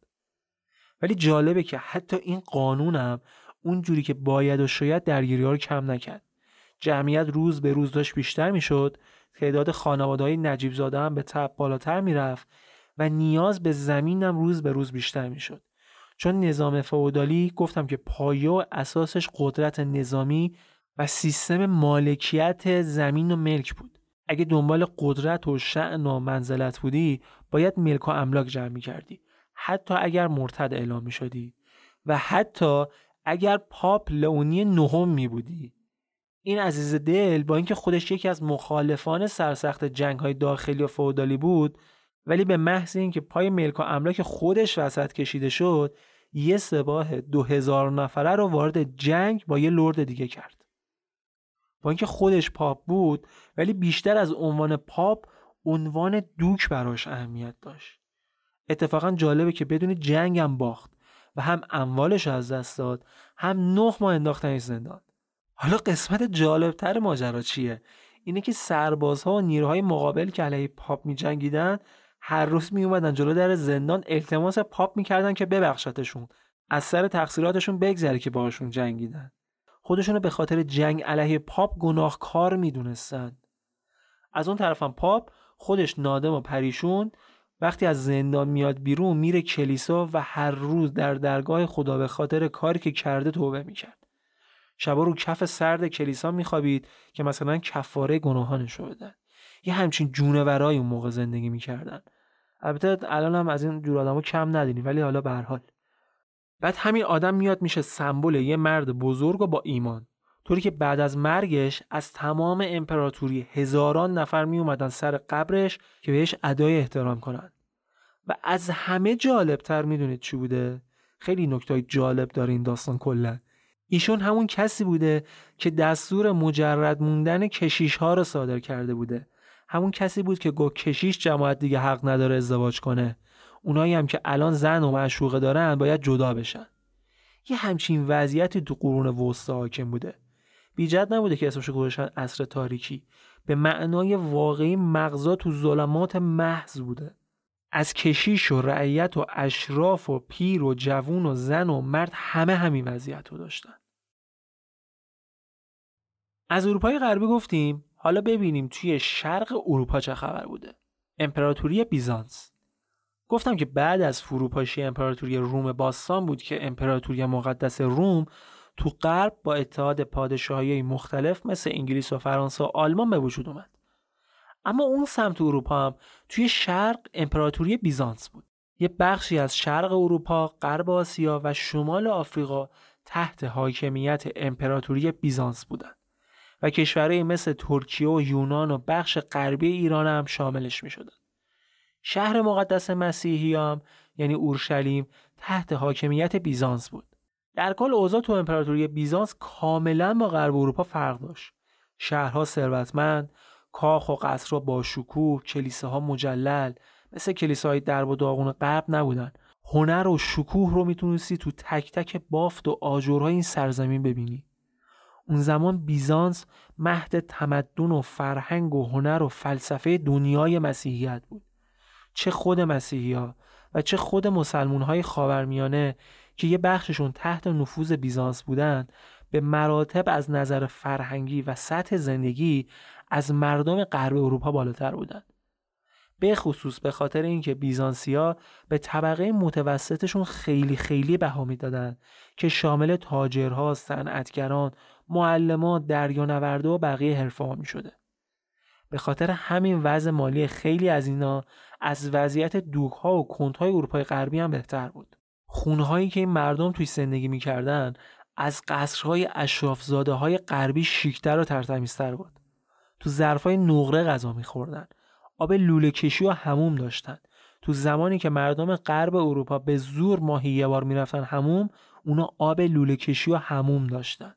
ولی جالبه که حتی این قانون هم اونجوری که باید و شاید درگیری‌ها رو کم نکرد. جمعیت روز به روز داشت بیشتر می‌شد، تعداد خانواده‌های نجیب زاده هم به تبع بالاتر می‌رفت و نیاز به زمین هم روز به روز بیشتر می‌شد. چون نظام فئودالی گفتم که پایه و اساسش قدرت نظامی و سیستم مالکیت زمین و ملک بود. اگه دنبال قدرت و شأن و منزلت بودی باید ملک و املاک جمع می‌کردی، حتی اگر مرتد اعلام می‌شدی و حتی اگر پاپ لئونی نهم می بودی. این عزیز دل با اینکه خودش یکی از مخالفان سرسخت جنگ‌های داخلی و فئودالی بود، ولی به محض اینکه پای ملک و املاک خودش وسط کشیده شد، یه سپاه دو هزار نفره رو وارد جنگ با یه لرد دیگه کرد. با اینکه خودش پاپ بود، ولی بیشتر از عنوان پاپ عنوان دوک براش اهمیت داشت. اتفاقا جالبه که بدون جنگ هم باخت و هم اموالش از دست داد، هم نه ماه انداختنش زندان. حالا قسمت جالبتر ماجرا چیه؟ اینه که سربازها و نیروهای مقابل که علیه پاپ می جنگیدن هر روز می اومدن جلو در زندان التماس پاپ میکردن که ببخشتشون، از سر تقصیراتشون بگذره که باهاشون جنگیدن. خودشونو به خاطر جنگ علیه پاپ گناهکار میدونستن. از اون طرفم پاپ خودش نادم و پریشون وقتی از زندان میاد بیرون میره کلیسا و هر روز در درگاه خدا به خاطر کاری که کرده توبه میکرد. شبا رو کف سرد کلیسا میخوابید که مثلا کفاره گناهانشو بدن. یه همچین جونورایی اون موقع زندگی میکردن. البته الان هم از این جور آدمو کم ندیدیم، ولی حالا به هر حال. بعد همین آدم میاد میشه سمبل یه مرد بزرگ و با ایمان، طوری که بعد از مرگش از تمام امپراتوری هزاران نفر می اومدن سر قبرش که بهش ادای احترام کنن. و از همه جالبتر میدونید چی بوده؟ خیلی نکتای جالب داره این داستان کلا. ایشون همون کسی بوده که دستور مجرد موندن کشیش ها رو صادر کرده بوده. همون کسی بود که گفت کشیش جماعت دیگه حق نداره ازدواج کنه. اونایی هم که الان زن و معشوقه دارن باید جدا بشن. یه همچین وضعیتی تو قرون وسطا حاکم بوده. بیجد نبوده که اسمشو گذاشتن عصر تاریکی. به معنای واقعی مغزا تو ظلمات محض بوده. از کشیش و رعیت و اشراف و پیر و جوون و زن و مرد همه همین وضعیت رو داشتن. از اروپای غربی گفتیم، حالا ببینیم توی شرق اروپا چه خبر بوده. امپراتوری بیزانس. گفتم که بعد از فروپاشی امپراتوری روم باستان بود که امپراتوری مقدس روم تو غرب با اتحاد پادشاهی‌های مختلف مثل انگلیس و فرانسه و آلمان به وجود اومد. اما اون سمت اروپا هم توی شرق امپراتوری بیزانس بود. یه بخشی از شرق اروپا، غرب آسیا و شمال آفریقا تحت حاکمیت امپراتوری بیزانس بودند و کشورهای مثل ترکیه و یونان و بخش غربی ایران هم شاملش می شدن. شهر مقدس مسیحی هم یعنی اورشلیم تحت حاکمیت بیزانس بود. در کل اوضاع تو امپراتوری بیزانس کاملا با غرب اروپا فرق داشت. شهرها ثروتمند، کاخ و قصرها با شکوه، کلیساها مجلل، مثل کلیساهای درب و داغون غرب نبودن. هنر و شکوه رو میتونستی تو تک تک بافت و آجرهای این سرزمین ببینی. اون زمان بیزانس مهد تمدن و فرهنگ و هنر و فلسفه دنیای مسیحیت بود. چه خود مسیحی‌ها و چه خود مسلمان‌های خاورمیانه که یه بخششون تحت نفوذ بیزانس بودن، به مراتب از نظر فرهنگی و سطح زندگی از مردم غرب اروپا بالاتر بودن. به خصوص به خاطر اینکه بیزانسی‌ها به طبقه متوسطشون خیلی خیلی بها میدادن که شامل تاجرها، صنعتگران، معلمان، دریانورده و بقیه حرفه‌ها می‌شده. به خاطر همین وضع مالی خیلی از اینا از وضعیت دوک‌ها و کنت‌های اروپای غربی هم بهتر بود. خونه‌هایی که این مردم توی زندگی می‌کردن از قصرهای اشرافزاده‌های غربی شیک‌تر و ترتمیزتر بود. تو ظرفای نقره غذا می‌خوردن. آب لوله کشی و حموم داشتن. تو زمانی که مردم غرب اروپا به زور ماهی یه بار می‌رفتن حموم، اونا آب لوله کشی و حموم داشتن.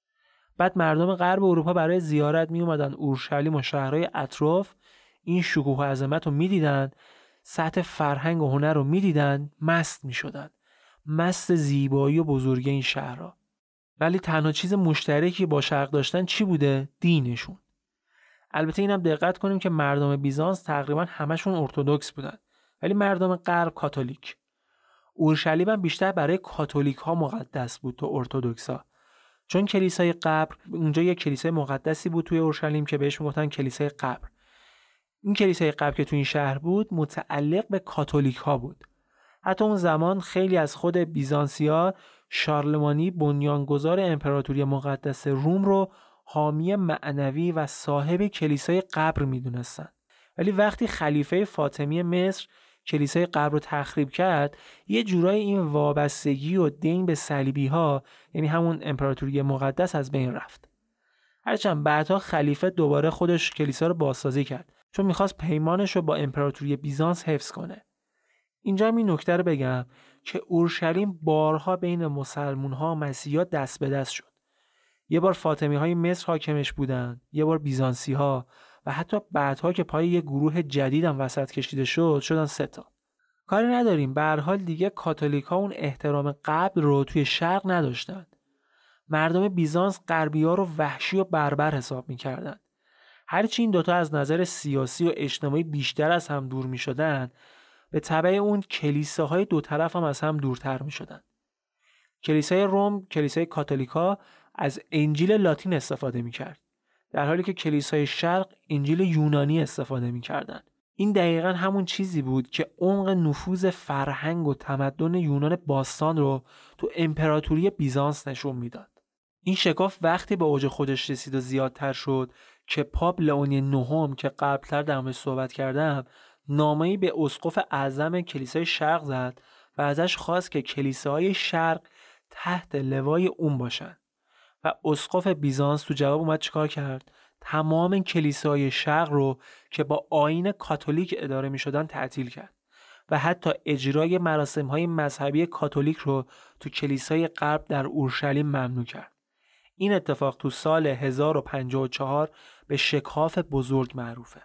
بعد مردم غرب اروپا برای زیارت می اومدن اورشلیم و شهرهای اطراف، این شکوه و عظمت رو می دیدن، سطح فرهنگ و هنر رو می دیدن، مست می شدن. مست زیبایی و بزرگی این شهرها. ولی تنها چیز مشترکی با شرق داشتن چی بوده؟ دینشون. البته اینم دقت کنیم که مردم بیزانس تقریبا همشون ارتدوکس بودن، ولی مردم غرب کاتولیک. اورشلیم هم بیشتر برای کاتولیک ها مقدس بود تا ارتدوکس ها. چون کلیسای قبر، اونجا یک کلیسای مقدسی بود توی اورشلیم که بهش میگفتن کلیسای قبر. این کلیسای قبر که توی این شهر بود متعلق به کاتولیک ها بود. حتی اون زمان خیلی از خود بیزانسیا شارلمانی بنیانگذار امپراتوری مقدس روم رو حامی معنوی و صاحب کلیسای قبر میدونستن. ولی وقتی خلیفه فاطمی مصر کلیسای قبر رو تخریب کرد، یه جورای این وابستگی و دین به صلیبی ها، یعنی همون امپراتوری مقدس، از بین رفت. هرچند بعدها خلیفه دوباره خودش کلیسا رو بازسازی کرد، چون میخواست پیمانش رو با امپراتوری بیزانس حفظ کنه. اینجا هم این نکته رو بگم که اورشلیم بارها بین مسلمون ها و مسیحا دست به دست شد. یه بار فاطمی های مصر حاکمش بودن، یه بار بیزانسی ها، و حتی بعدها که پای یه گروه جدید هم وسط کشیده شد شدن سه تا. کاری نداریم، به هر حال دیگه کاتولیک ها اون احترام قبل رو توی شرق نداشتن. مردم بیزانس غربی ها رو وحشی و بربر حساب می‌کردن. هرچی این دوتا از نظر سیاسی و اجتماعی بیشتر از هم دور می‌شدن، به تبع اون کلیساهای دو طرف هم از هم دورتر می‌شدن. کلیسای روم، کلیسای کاتولیکا، از انجیل لاتین استفاده می‌کرد، در حالی که کلیسای شرق انجیل یونانی استفاده می‌کردن. این دقیقاً همون چیزی بود که عمق نفوذ فرهنگ و تمدن یونان باستان رو تو امپراتوری بیزانس نشون میداد. این شکاف وقتی به اوج خودش رسید و زیادتر شد که پاپ لئونی نهم که قبلتر در موردش صحبت کردم، نامه‌ای به اسقف اعظم کلیسای شرق زد و ازش خواست که کلیساهای شرق تحت لوای اون باشن. و اسقف بیزانس تو جواب اومد چیکار کرد؟ تمام کلیساهای شرق رو که با آیین کاتولیک اداره می شدن تعطیل کرد و حتی اجرای مراسم‌های مذهبی کاتولیک رو تو کلیسای غرب در اورشلیم ممنوع کرد. این اتفاق تو سال هزار و پنجاه و چهار به شکاف بزرگ معروفه.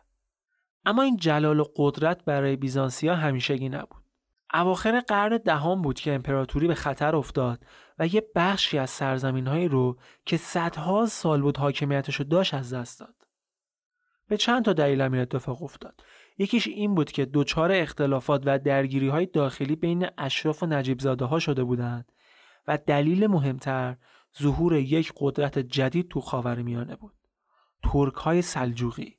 اما این جلال و قدرت برای بیزانسیا همیشگی نبود. اواخر قرن دهم بود که امپراتوری به خطر افتاد و یه بخشی از سرزمین‌هایی رو که صدها سال بود حاکمیتش رو داشت از دست داد. به چند تا دلیل این اتفاق افتاد. یکیش این بود که دچار اختلافات و درگیری‌های داخلی بین اشراف و نجیب زاده ها شده بودند و دلیل مهمتر ظهور یک قدرت جدید تو خاورمیانه بود. ترک‌های سلجوقی.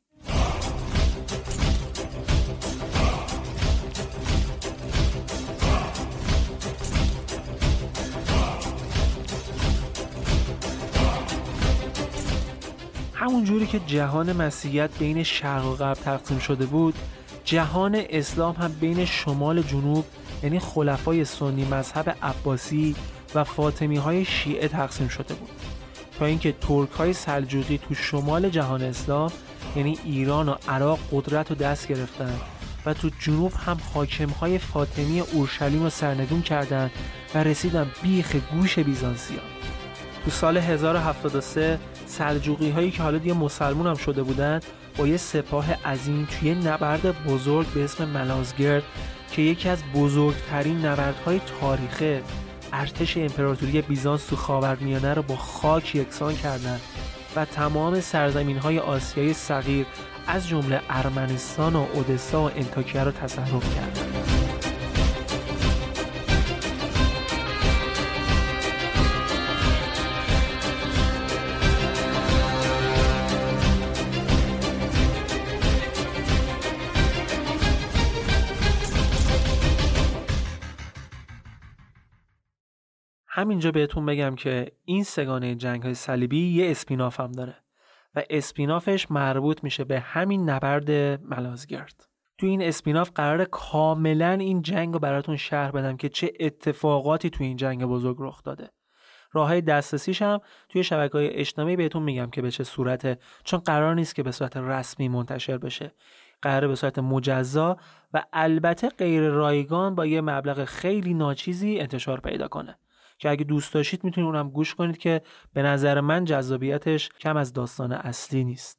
همون جوری که جهان مسیحیت بین شرق و غرب تقسیم شده بود، جهان اسلام هم بین شمال و جنوب، یعنی خلفای سنی مذهب عباسی و فاطمی های شیعه تقسیم شده بود، تا اینکه ترک های سلجوقی تو شمال جهان اسلام، یعنی ایران و عراق، قدرت رو دست گرفتن و تو جنوب هم حاکم های فاطمی اورشلیم رو سرنگون کردند و رسیدن بیخ گوش بیزانسیان. تو سال هزار و هفتاد و سه سلجوقی هایی که حالا دیگه مسلمون هم شده بودن با یه سپاه عظیم توی نبرد بزرگ به اسم ملازگرد که یکی از بزرگترین نبردهای تاریخ ارتش امپراتوری بیزانس تو خاورمیانه رو با خاک یکسان کردند و تمام سرزمین‌های آسیای صغیر از جمله ارمنستان و اودسا و انطاکیه رو تصرف کردند. همینجا بهتون بگم که این سگانه جنگ‌های صلیبی یه اسپیناف هم داره و اسپینافش مربوط میشه به همین نبرد ملازگرد. تو این اسپیناف قراره کاملا این جنگ رو براتون شرح بدم که چه اتفاقاتی تو این جنگ بزرگ رخ داده. راههای دسترسیش هم توی شبکه‌های اجتماعی بهتون میگم که به چه صورته، چون قرار نیست که به صورت رسمی منتشر بشه. قراره به صورت مجزا و البته غیر رایگان با یه مبلغ خیلی ناچیزی انتشار پیدا کنه، که اگه دوست داشتید میتونید اونم گوش کنید که به نظر من جذابیتش کم از داستان اصلی نیست.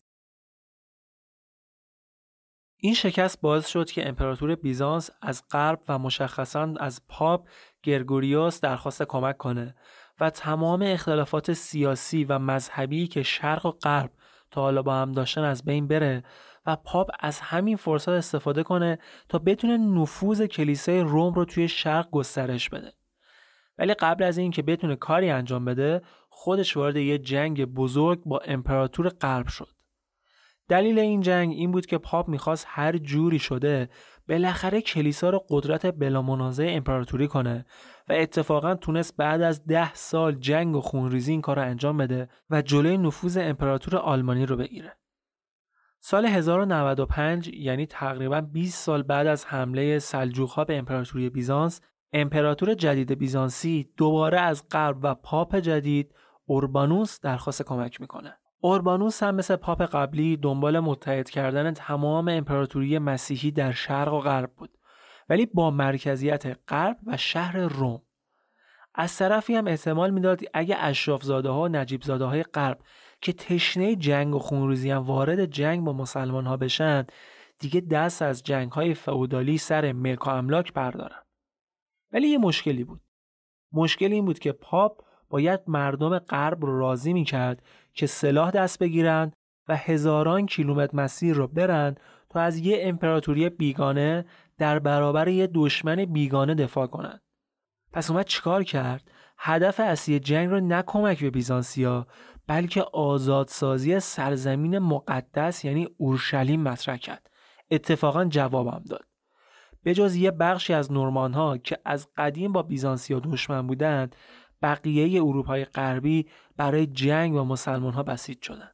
این شکست باعث شد که امپراتور بیزانس از غرب و مشخصاً از پاپ گرگوریوس درخواست کمک کنه و تمام اختلافات سیاسی و مذهبی که شرق و غرب تا حالا با هم داشتن از بین بره و پاپ از همین فرصت استفاده کنه تا بتونه نفوذ کلیسای روم رو توی شرق گسترش بده. ولی قبل از این که بتونه کاری انجام بده، خودش وارد یه جنگ بزرگ با امپراتور غرب شد. دلیل این جنگ این بود که پاپ میخواست هر جوری شده بالاخره کلیسا رو قدرت بلا منازع امپراتوری کنه و اتفاقا تونست بعد از ده سال جنگ و خونریزی این کار رو انجام بده و جلوی نفوذ امپراتور آلمانی رو بگیره. سال هزار و نود و پنج یعنی تقریبا بیست سال بعد از حمله سلجوق‌ها به امپراتوری بیزانس، امپراتور جدید بیزانسی دوباره از غرب و پاپ جدید اوربانوس درخواست کمک میکنه. اوربانوس هم مثل پاپ قبلی دنبال متحد کردن تمام امپراتوری مسیحی در شرق و غرب بود، ولی با مرکزیت غرب و شهر روم. از طرفی هم احتمال میداد اگه اشراف‌زاده‌ها و نجیب‌زاده‌های غرب که تشنه جنگ و خونریزی هم وارد جنگ با مسلمان‌ها بشن، دیگه دست از جنگ‌های فئودالی سر ملک و املاک بردارن. ولی یه مشکلی بود. مشکل این بود که پاپ باید مردم غرب رو راضی می‌کرد که سلاح دست بگیرن و هزاران کیلومتر مسیر رو برن تا از یه امپراتوری بیگانه در برابر یه دشمن بیگانه دفاع کنن. پس اومد چیکار کرد؟ هدف اصلی جنگ رو نه کمک به بیزانسیا، بلکه آزادسازی سرزمین مقدس یعنی اورشلیم مطرح کرد. اتفاقا جوابم داد. به جز یه بخشی از نورمان‌ها که از قدیم با بیزانسیا دشمن بودند، بقیه اروپای غربی برای جنگ با مسلمان‌ها بسیج شدند.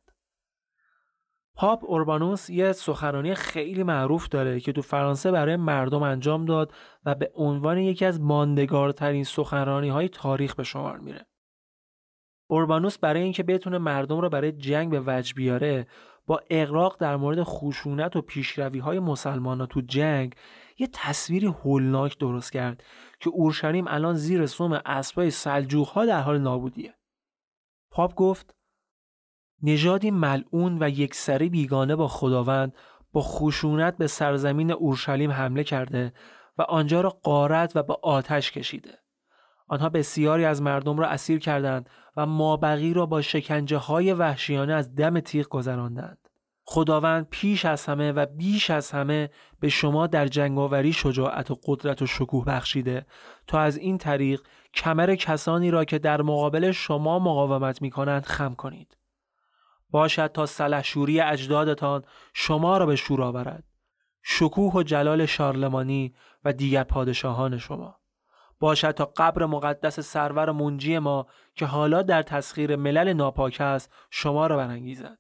پاپ اوربانوس یه سخنرانی خیلی معروف داره که تو فرانسه برای مردم انجام داد و به عنوان یکی از ماندگارترین سخنرانی‌های تاریخ به شمار میره. اوربانوس برای اینکه بتونه مردم رو برای جنگ به وجه بیاره، با اغراق در مورد خشونت و پیشروی‌های مسلمان‌ها تو جنگ یه تصویری هولناک درست کرد که اورشلیم الان زیر سم اسبای سلجوق‌ها در حال نابودیه. پاپ گفت نژادی ملعون و یکسره بیگانه با خداوند با خشونت به سرزمین اورشلیم حمله کرده و آنجا را غارت و به آتش کشیده. آنها بسیاری از مردم را اسیر کردند و مابقی را با شکنجه‌های وحشیانه از دم تیغ گذراندند. خداوند پیش از همه و بیش از همه به شما در جنگاوری شجاعت و قدرت و شکوه بخشیده تا از این طریق کمر کسانی را که در مقابل شما مقاومت می‌کنند خم کنید. باشد تا سلحشوری اجدادتان شما را به شور آورد، شکوه و جلال شارلمانی و دیگر پادشاهان شما. باشد تا قبر مقدس سرور منجی ما که حالا در تسخیر ملل ناپاک است شما را برانگیزد.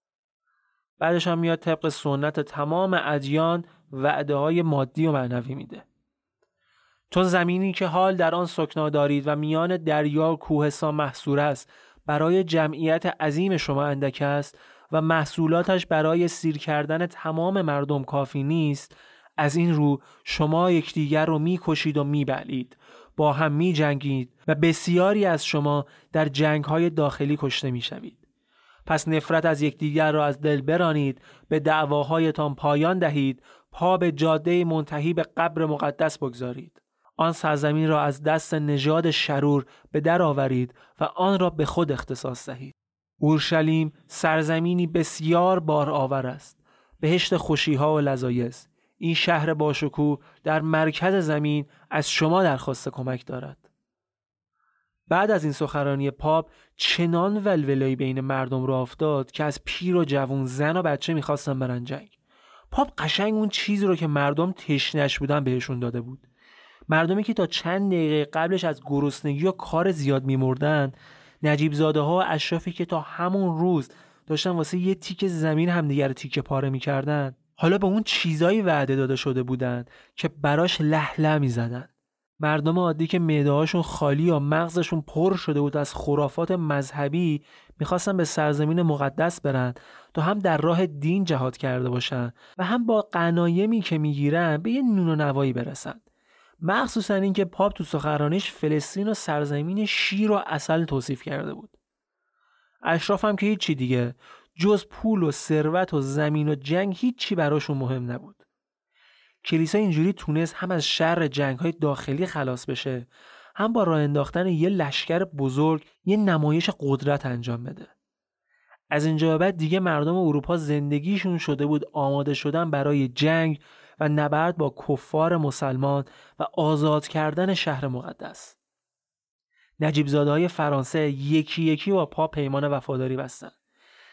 بعدش هم میاد طبق سنت تمام ادیان وعده های مادی و معنوی میده. چون زمینی که حال در آن سکنا دارید و میان دریا و کوهستان محصور است برای جمعیت عظیم شما اندک است و محصولاتش برای سیر کردن تمام مردم کافی نیست، از این رو شما یکدیگر رو میکشید و میبلید، با هم میجنگید و بسیاری از شما در جنگ‌های داخلی کشته میشوید. پس نفرت از یکدیگر را از دل برانید، به دعواهایتان پایان دهید، پا به جاده منتهی به قبر مقدس بگذارید. آن سرزمین را از دست نژاد شرور به در آورید و آن را به خود اختصاص دهید. اورشلیم سرزمینی بسیار بار آور است، بهشت خوشی‌ها و لذایز. این شهر باشکوه در مرکز زمین از شما درخواست کمک دارد. بعد از این سخنرانی پاپ چنان ولوله‌ای بین مردم را افتاد که از پیر و جوان، زن و بچه می‌خواستن برن جنگ. پاپ قشنگ اون چیزی رو که مردم تشنه‌اش بودن بهشون داده بود. مردمی که تا چند دقیقه قبلش از گرسنگی و کار زیاد می‌مردن، نجیب زاده‌ها و اشرافی که تا همون روز داشتن واسه یه تیکه زمین همدیگه رو تیکه پاره می‌کردن، حالا به اون چیزایی وعده داده شده بودن که براش له له می‌زدن. مردم عادی که معده‌هاشون خالی و مغزشون پر شده بود از خرافات مذهبی می‌خواستن به سرزمین مقدس برن تا هم در راه دین جهاد کرده باشن و هم با غنایمی که می‌گیرن به یه نون و نوایی برسن. مخصوصا این که پاپ تو سخنرانیش فلسطین و سرزمین شیر و عسل توصیف کرده بود. اشراف هم که هیچی دیگه جز پول و ثروت و زمین و جنگ هیچی براشون مهم نبود. کلیسا اینجوری تونست هم از شر جنگ‌های داخلی خلاص بشه، هم با راه انداختن یه لشکر بزرگ یه نمایش قدرت انجام بده. از اینجا بعد دیگه مردم اروپا زندگیشون شده بود آماده شدن برای جنگ و نبرد با کفار مسلمان و آزاد کردن شهر مقدس. نجیب زاده‌های فرانسه یکی یکی با پاپ پیمان وفاداری بستن.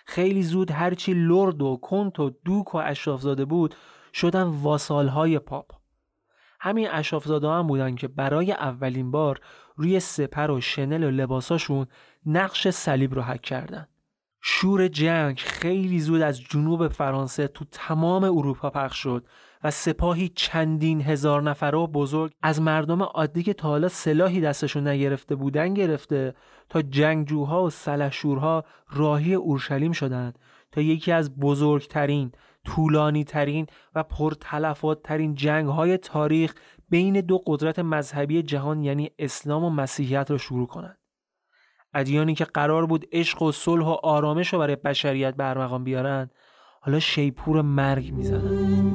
خیلی زود هرچی لرد و کنت و دوک و اشرافزاده بود شدن واسالهای پاپ. همین اشرافزاده هم بودن که برای اولین بار روی سپر و شنل و لباساشون نقش صلیب رو حک کردن. شور جنگ خیلی زود از جنوب فرانسه تو تمام اروپا پخش شد و سپاهی چندین هزار نفره و بزرگ از مردم عادی که تا حالا سلاحی دستشون نگرفته بودن گرفته تا جنگجوها و سلحشورها راهی اورشلیم شدند تا یکی از بزرگترین، طولانی ترین و پرتلفات ترین جنگ های تاریخ بین دو قدرت مذهبی جهان یعنی اسلام و مسیحیت رو شروع کنند. ادیانی که قرار بود عشق و صلح و آرامش رو برای بشریت به ارمغان بیارن حالا شیپور مرگ میزنن.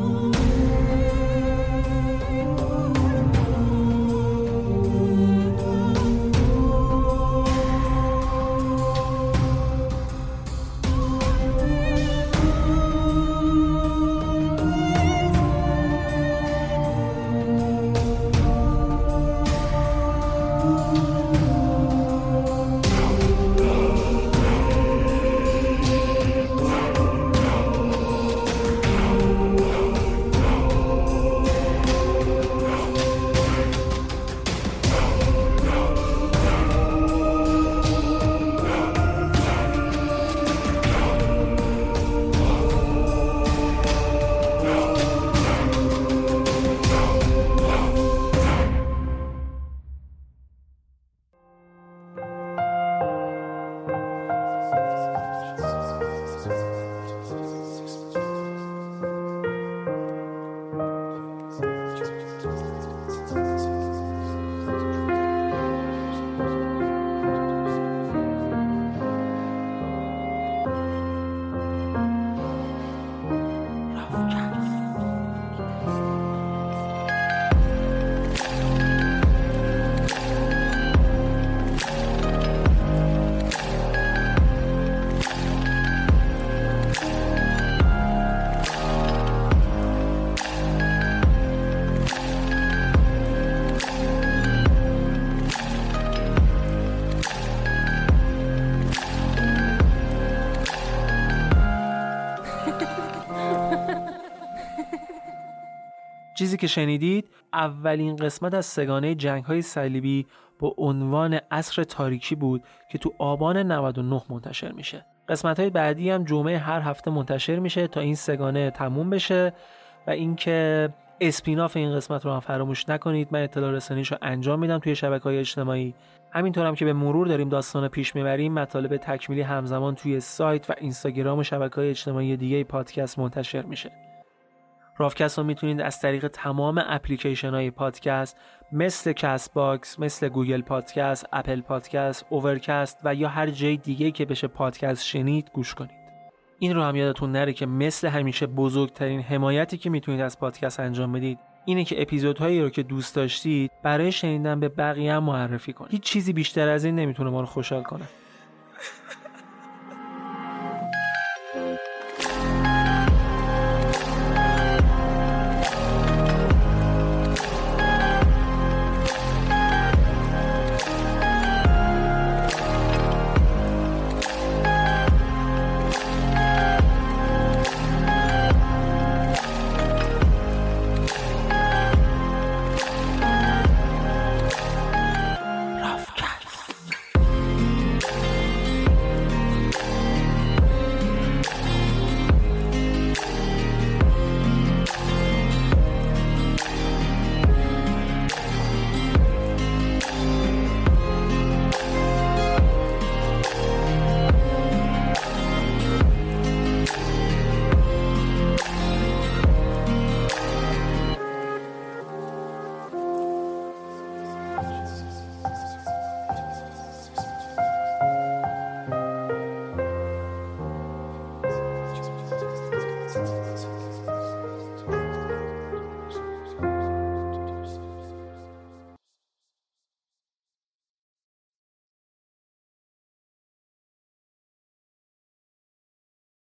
چیزی که شنیدید اولین قسمت از سگانه جنگ‌های صلیبی با عنوان عصر تاریکی بود که تو آبان نود و نه منتشر میشه. قسمت‌های بعدی هم جمعه هر هفته منتشر میشه تا این سگانه تموم بشه و اینکه اسپیناف این قسمت رو هم فراموش نکنید. من اطلاع رسانیشو انجام میدم توی شبکه‌های اجتماعی. همینطور هم که به مرور داریم داستان پیش میبریم مطالب تکمیلی همزمان توی سایت و اینستاگرام و شبکه‌های اجتماعی دیگه پادکست منتشر میشه. رافکست رو میتونید از طریق تمام اپلیکیشن های پادکست مثل کست باکس، مثل گوگل پادکست، اپل پادکست، اوورکست و یا هر جای دیگه که بشه پادکست شنید گوش کنید. این رو هم یادتون نره که مثل همیشه بزرگترین حمایتی که میتونید از پادکست انجام بدید اینه که اپیزودهایی رو که دوست داشتید برای شنیدن به بقیه هم معرفی کنید. هیچ چیزی بیشتر از این نمیتونه ما رو خوشحال کنه.